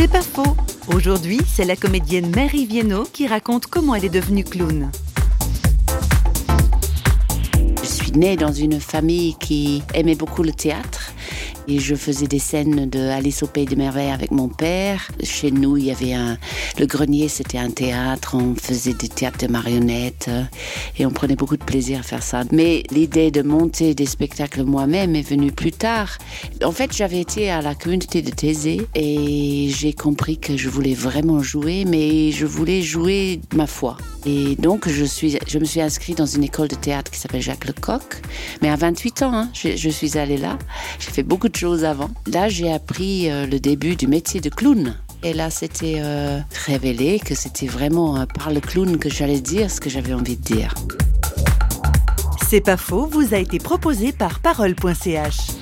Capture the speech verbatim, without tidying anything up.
C'est pas faux. Aujourd'hui, c'est la comédienne Mary Viennot qui raconte comment elle est devenue clown. Je suis née dans une famille qui aimait beaucoup le théâtre. Et je faisais des scènes de Alice au Pays des Merveilles avec mon père. Chez nous, il y avait un... Le grenier, c'était un théâtre. On faisait des théâtres de marionnettes. Et on prenait beaucoup de plaisir à faire ça. Mais l'idée de monter des spectacles moi-même est venue plus tard. En fait, j'avais été à la communauté de Thésée et j'ai compris que je voulais vraiment jouer, mais je voulais jouer ma foi. Et donc, je, suis, je me suis inscrite dans une école de théâtre qui s'appelle Jacques Lecoq. Mais à vingt-huit ans, hein, je, je suis allée là. J'ai fait beaucoup de choses avant. Là, j'ai appris euh, le début du métier de clown. Et là, c'était euh, révélé que c'était vraiment euh, par le clown que j'allais dire ce que j'avais envie de dire. C'est pas faux, vous a été proposé par parole point c h.